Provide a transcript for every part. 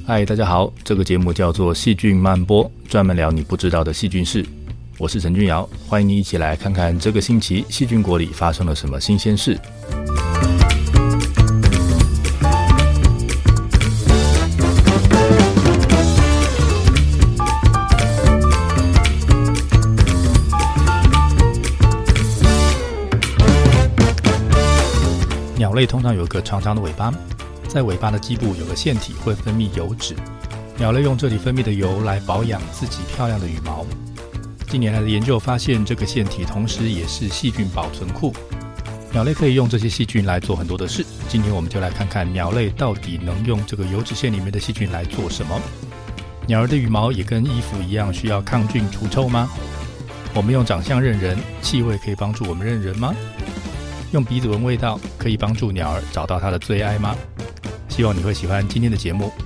嗨，大家好，这个节目叫做细菌漫播，专门聊你不知道的细菌事。我是陈君尧，欢迎你一起来看看这个星期细菌国里发生了什么新鲜事。鸟类通常有一个长长的尾巴，在尾巴的基部有个腺体会分泌油脂，鸟类用这里分泌的油来保养自己漂亮的羽毛。近年来的研究发现，这个腺体同时也是细菌保存库，鸟类可以用这些细菌来做很多的事。今天我们就来看看鸟类到底能用这个油脂腺里面的细菌来做什么。鸟儿的羽毛也跟衣服一样需要抗菌除臭吗？我们用长相认人，气味可以帮助我们认人吗？用鼻子闻味道可以帮助鸟儿找到它的最爱吗？希望你会喜欢今天的节目。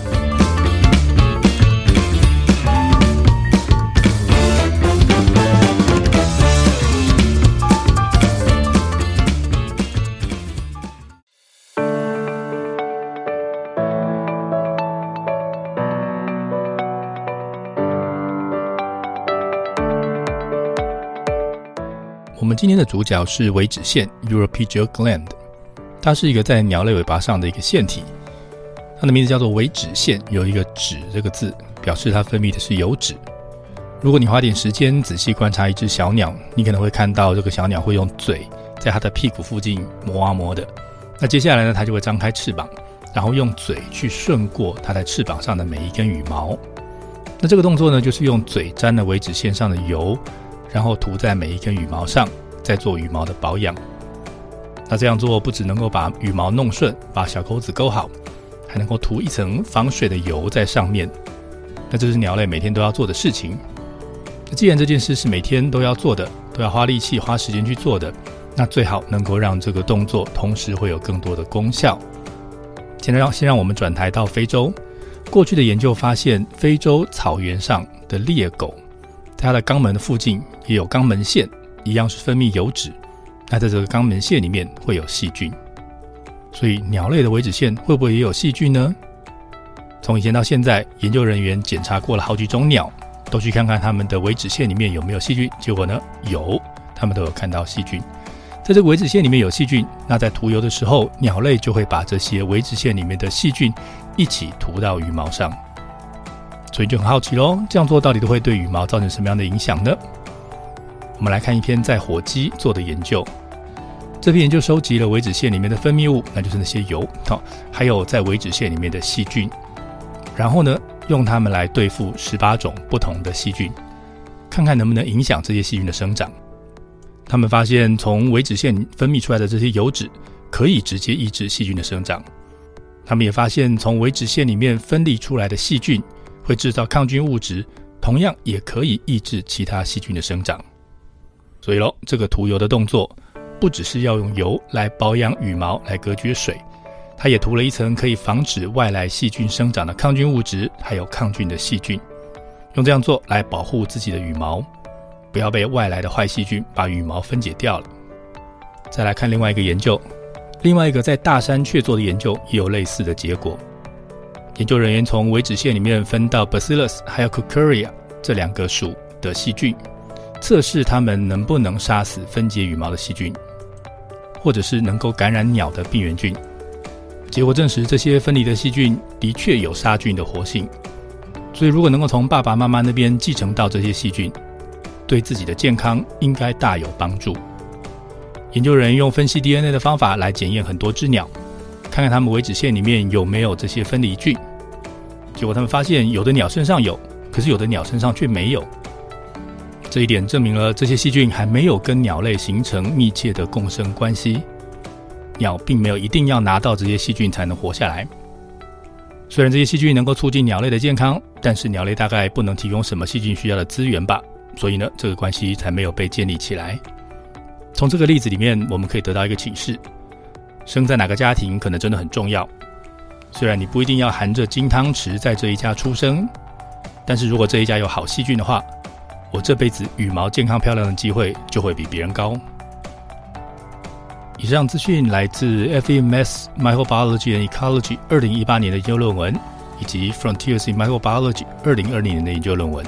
我们今天的主角是尾脂腺 Uropygial gland， 它是一个在鸟类尾巴上的一个腺体，它的名字叫做尾脂腺，有一个脂这个字，表示它分泌的是油脂。如果你花点时间仔细观察一只小鸟，你可能会看到这个小鸟会用嘴在它的屁股附近磨啊磨的。那接下来呢，它就会张开翅膀，然后用嘴去顺过它在翅膀上的每一根羽毛。那这个动作呢，就是用嘴沾了尾脂腺上的油，然后涂在每一根羽毛上，再做羽毛的保养。那这样做不只能够把羽毛弄顺，把小钩子勾好，还能够涂一层防水的油在上面。那这是鸟类每天都要做的事情。既然这件事是每天都要做的，都要花力气花时间去做的，那最好能够让这个动作同时会有更多的功效。先让我们转台到非洲。过去的研究发现，非洲草原上的猎狗它的肛门的附近也有肛门腺，一样是分泌油脂。那在这个肛门腺里面会有细菌，所以鸟类的尾脂腺会不会也有细菌呢？从以前到现在，研究人员检查过了好几种鸟，都去看看它们的尾脂腺里面有没有细菌。结果呢，有，他们都有看到细菌。在这个尾脂腺里面有细菌，那在涂油的时候，鸟类就会把这些尾脂腺里面的细菌一起涂到羽毛上。所以就很好奇咯，这样做到底都会对羽毛造成什么样的影响呢？我们来看一篇在火鸡做的研究。这篇研究收集了尾脂腺里面的分泌物，那就是那些油，还有在尾脂腺里面的细菌，然后呢，用它们来对付18种不同的细菌，看看能不能影响这些细菌的生长。他们发现，从尾脂腺分泌出来的这些油脂可以直接抑制细菌的生长。他们也发现，从尾脂腺里面分泌出来的细菌会制造抗菌物质，同样也可以抑制其他细菌的生长。所以咯，这个涂油的动作不只是要用油来保养羽毛来隔绝水，它也涂了一层可以防止外来细菌生长的抗菌物质，还有抗菌的细菌，用这样做来保护自己的羽毛，不要被外来的坏细菌把羽毛分解掉了。再来看另外一个研究，另外一个在大山雀做的研究也有类似的结果。研究人员从尾脂腺里面分到 Bacillus 还有 Cucuria 这两个属的细菌，测试它们能不能杀死分解羽毛的细菌，或者是能够感染鸟的病原菌。结果证实，这些分离的细菌的确有杀菌的活性，所以如果能够从爸爸妈妈那边继承到这些细菌，对自己的健康应该大有帮助。研究人员用分析 DNA 的方法来检验很多只鸟，看看它们尾脂腺里面有没有这些分离菌。结果他们发现，有的鸟身上有，可是有的鸟身上却没有。这一点证明了这些细菌还没有跟鸟类形成密切的共生关系，鸟并没有一定要拿到这些细菌才能活下来。虽然这些细菌能够促进鸟类的健康，但是鸟类大概不能提供什么细菌需要的资源吧，所以呢，这个关系才没有被建立起来。从这个例子里面，我们可以得到一个启示：生在哪个家庭可能真的很重要。虽然你不一定要含着金汤匙在这一家出生，但是如果这一家有好细菌的话，我这辈子羽毛健康漂亮的机会就会比别人高。以上资讯来自 FEMS Microbiology and Ecology 2018年的研究论文， 以及 Frontiers in Microbiology 2020年的研究论文。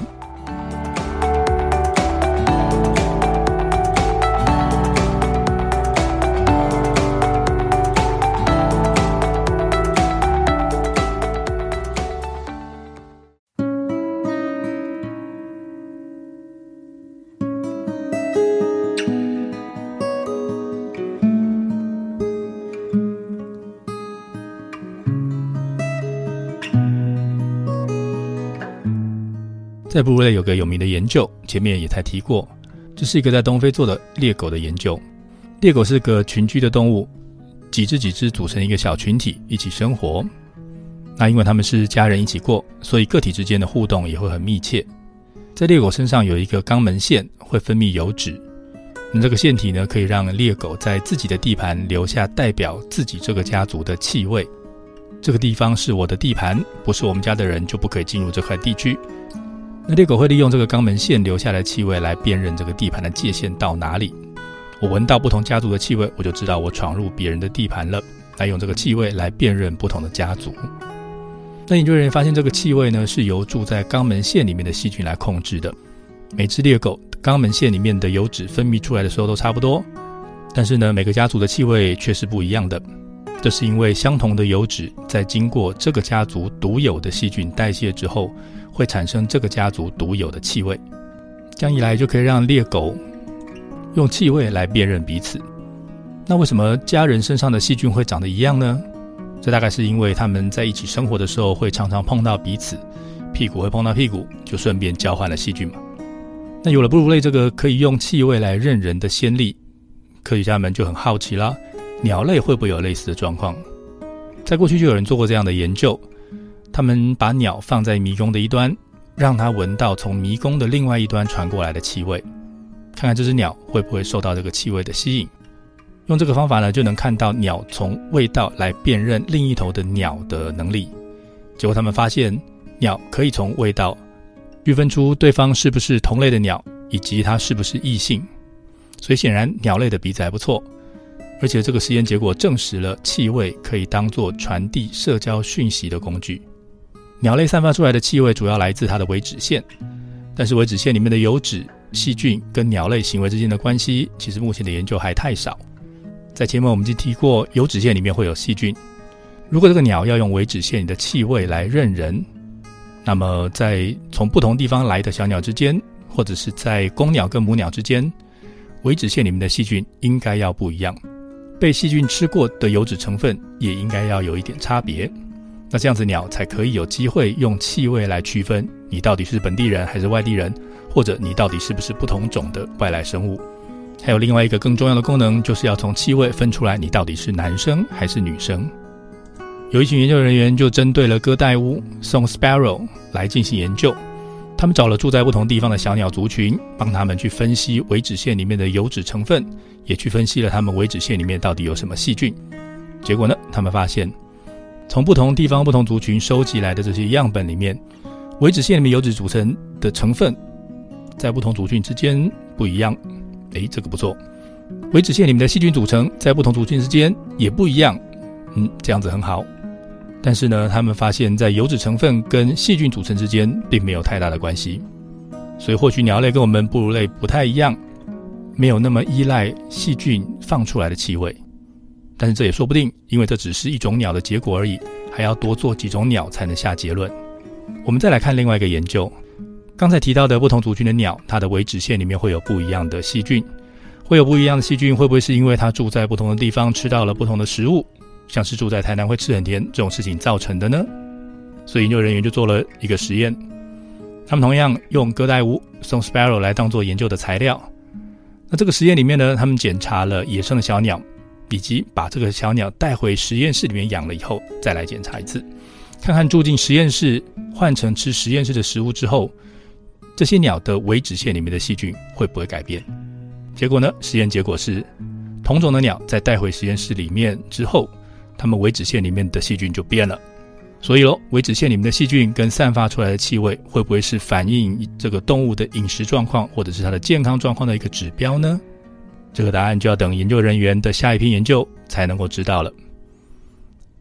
在哺乳类有个有名的研究，前面也才提过，这是一个在东非做的猎狗的研究。猎狗是个群居的动物，几只组成一个小群体一起生活。那因为他们是家人一起过，所以个体之间的互动也会很密切。在猎狗身上有一个肛门腺会分泌油脂，那这个腺体呢，可以让猎狗在自己的地盘留下代表自己这个家族的气味。这个地方是我的地盘，不是我们家的人就不可以进入这块地区。那猎狗会利用这个肛门腺留下来的气味来辨认这个地盘的界限到哪里。我闻到不同家族的气味，我就知道我闯入别人的地盘了，来用这个气味来辨认不同的家族。那研究人员发现这个气味呢，是由住在肛门腺里面的细菌来控制的。每只猎狗肛门腺里面的油脂分泌出来的时候都差不多，但是呢，每个家族的气味却是不一样的。这是因为相同的油脂在经过这个家族独有的细菌代谢之后，会产生这个家族独有的气味。这样一来就可以让猎狗用气味来辨认彼此。那为什么家人身上的细菌会长得一样呢？这大概是因为他们在一起生活的时候会常常碰到彼此，屁股会碰到屁股，就顺便交换了细菌嘛。那有了哺乳类这个可以用气味来认人的先例，科学家们就很好奇啦，鸟类会不会有类似的状况？在过去就有人做过这样的研究，他们把鸟放在迷宫的一端，让它闻到从迷宫的另外一端传过来的气味，看看这只鸟会不会受到这个气味的吸引。用这个方法呢，就能看到鸟从味道来辨认另一头的鸟的能力。结果他们发现，鸟可以从味道区分出对方是不是同类的鸟，以及它是不是异性。所以显然鸟类的鼻子还不错，而且这个实验结果证实了气味可以当作传递社交讯息的工具。鸟类散发出来的气味主要来自它的尾脂腺，但是尾脂腺里面的油脂、细菌跟鸟类行为之间的关系，其实目前的研究还太少。在前面我们已经提过，油脂腺里面会有细菌。如果这个鸟要用尾脂腺里的气味来认人，那么在从不同地方来的小鸟之间，或者是在公鸟跟母鸟之间，尾脂腺里面的细菌应该要不一样，被细菌吃过的油脂成分也应该要有一点差别。那这样子鸟才可以有机会用气味来区分你到底是本地人还是外地人，或者你到底是不是不同种的外来生物。还有另外一个更重要的功能，就是要从气味分出来你到底是男生还是女生。有一群研究人员就针对了哥代乌 Song Sparrow 来进行研究，他们找了住在不同地方的小鸟族群，帮他们去分析尾脂腺里面的油脂成分，也去分析了他们尾脂腺里面到底有什么细菌。结果呢，他们发现从不同地方不同族群收集来的这些样本里面，尾脂腺里面油脂组成的成分在不同族群之间不一样。这个不错。尾脂腺里面的细菌组成在不同族群之间也不一样，这样子很好。但是呢，他们发现在油脂成分跟细菌组成之间并没有太大的关系。所以或许鸟类跟我们哺乳类不太一样，没有那么依赖细菌放出来的气味。但是这也说不定，因为这只是一种鸟的结果而已，还要多做几种鸟才能下结论。我们再来看另外一个研究，刚才提到的不同族群的鸟，它的尾脂腺里面会有不一样的细菌。会有不一样的细菌，会不会是因为它住在不同的地方，吃到了不同的食物，像是住在台南会吃很甜这种事情造成的呢？所以研究人员就做了一个实验，他们同样用哥代乌 Song Sparrow 来当做研究的材料。那这个实验里面呢，他们检查了野生的小鸟，以及把这个小鸟带回实验室里面养了以后，再来检查一次，看看住进实验室换成吃实验室的食物之后，这些鸟的尾脂腺里面的细菌会不会改变。结果呢，实验结果是同种的鸟在带回实验室里面之后，它们尾脂腺里面的细菌就变了。所以尾脂腺里面的细菌跟散发出来的气味会不会是反映这个动物的饮食状况或者是它的健康状况的一个指标呢？这个答案就要等研究人员的下一篇研究才能够知道了。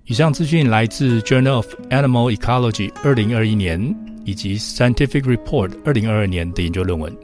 以上资讯来自 Journal of Animal Ecology 2021年以及 Scientific Report 2022年的研究论文。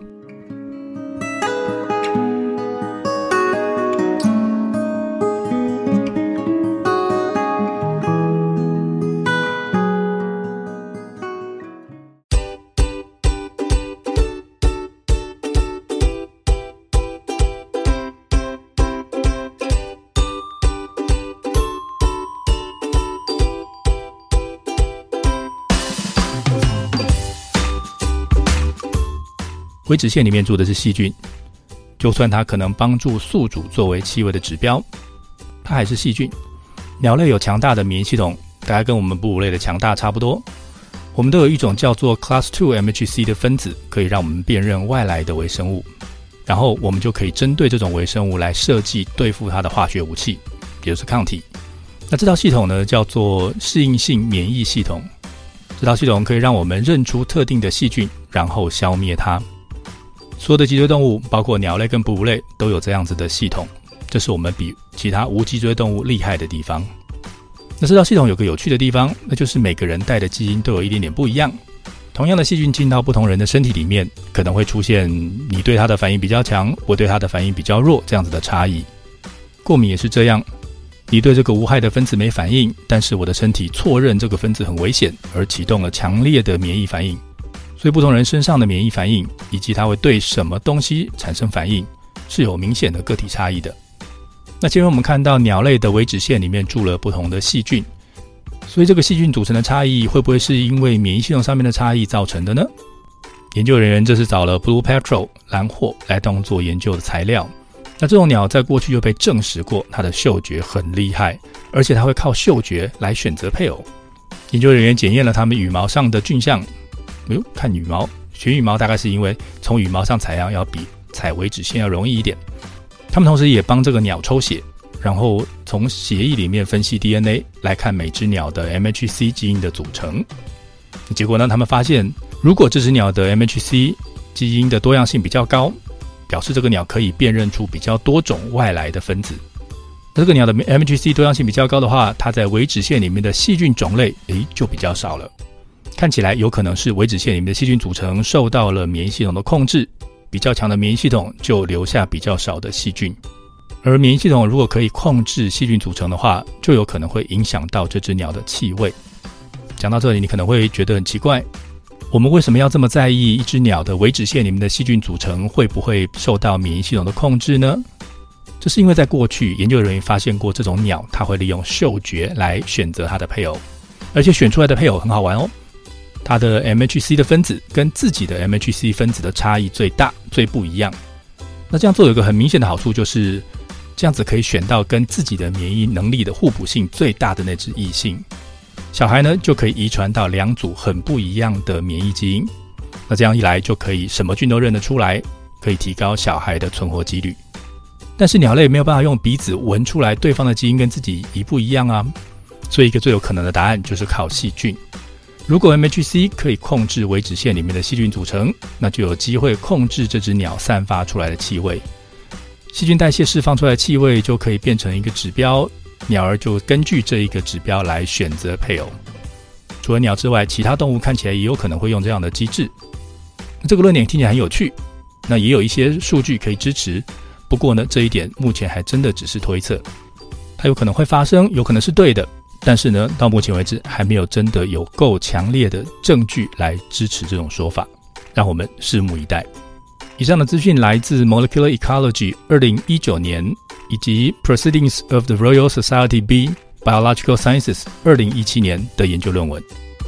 微脂腺里面住的是细菌，就算它可能帮助宿主作为气味的指标，它还是细菌。鸟类有强大的免疫系统，大概跟我们哺乳类的强大差不多。我们都有一种叫做 Class II MHC 的分子，可以让我们辨认外来的微生物，然后我们就可以针对这种微生物来设计对付它的化学武器，也就是抗体。那这套系统呢，叫做适应性免疫系统。这套系统可以让我们认出特定的细菌，然后消灭它。所有的脊椎动物，包括鸟类跟哺乳类，都有这样子的系统，这是我们比其他无脊椎动物厉害的地方。那这套系统有个有趣的地方，那就是每个人带的基因都有一点点不一样。同样的细菌进到不同人的身体里面，可能会出现你对它的反应比较强，我对它的反应比较弱这样子的差异。过敏也是这样，你对这个无害的分子没反应，但是我的身体错认这个分子很危险，而启动了强烈的免疫反应。所以不同人身上的免疫反应以及它会对什么东西产生反应是有明显的个体差异的。那前面我们看到鸟类的微脂腺里面住了不同的细菌，所以这个细菌组成的差异会不会是因为免疫系统上面的差异造成的呢？研究人员这次找了 Blue Petrel 蓝鹼来当做研究的材料。那这种鸟在过去就被证实过它的嗅觉很厉害，而且它会靠嗅觉来选择配偶。研究人员检验了它们羽毛上的菌相，看羽毛，选羽毛大概是因为从羽毛上采样要比采微脂腺要容易一点。他们同时也帮这个鸟抽血，然后从血液里面分析 DNA 来看每只鸟的 MHC 基因的组成。结果呢，他们发现如果这只鸟的 MHC 基因的多样性比较高，表示这个鸟可以辨认出比较多种外来的分子。这个鸟的 MHC 多样性比较高的话，它在微脂腺里面的细菌种类就比较少了。看起来有可能是微脂腺里面的细菌组成受到了免疫系统的控制，比较强的免疫系统就留下比较少的细菌。而免疫系统如果可以控制细菌组成的话，就有可能会影响到这只鸟的气味。讲到这里，你可能会觉得很奇怪，我们为什么要这么在意一只鸟的微脂腺里面的细菌组成会不会受到免疫系统的控制呢？这是因为在过去研究人员发现过这种鸟它会利用嗅觉来选择它的配偶，而且选出来的配偶很好玩哦，它的 MHC 的分子跟自己的 MHC 分子的差异最大，最不一样。那这样做有一个很明显的好处，就是这样子可以选到跟自己的免疫能力的互补性最大的那只异性。小孩呢就可以遗传到两组很不一样的免疫基因，那这样一来就可以什么菌都认得出来，可以提高小孩的存活几率。但是鸟类没有办法用鼻子闻出来对方的基因跟自己一不一样啊，所以一个最有可能的答案就是靠细菌。如果 MHC 可以控制微脂腺里面的细菌组成，那就有机会控制这只鸟散发出来的气味。细菌代谢释放出来的气味就可以变成一个指标，鸟儿就根据这一个指标来选择配偶。除了鸟之外，其他动物看起来也有可能会用这样的机制。这个论点听起来很有趣，那也有一些数据可以支持，不过呢，这一点目前还真的只是推测。它有可能会发生，有可能是对的，但是呢，到目前为止还没有真的有够强烈的证据来支持这种说法，让我们拭目以待。以上的资讯来自 Molecular Ecology 2019年以及 Proceedings of the Royal Society B Biological Sciences 2017年的研究论文。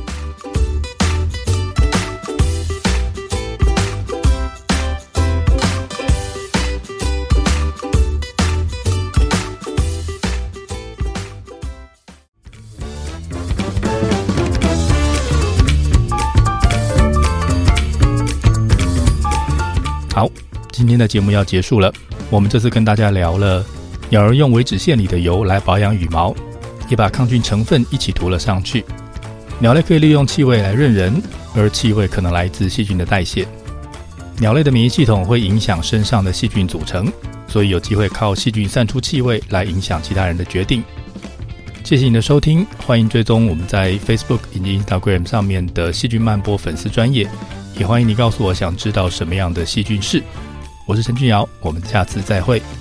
好，今天的节目要结束了。我们这次跟大家聊了鸟儿用微脂腺里的油来保养羽毛，也把抗菌成分一起涂了上去。鸟类可以利用气味来认人，而气味可能来自细菌的代谢。鸟类的免疫系统会影响身上的细菌组成，所以有机会靠细菌散出气味来影响其他人的决定。 谢谢你的收听，欢迎追踪我们在 Facebook 以及 Instagram 上面的细菌曼波粉丝专页，也欢迎你告诉我想知道什么样的细菌事。我是陈俊尧，我们下次再会。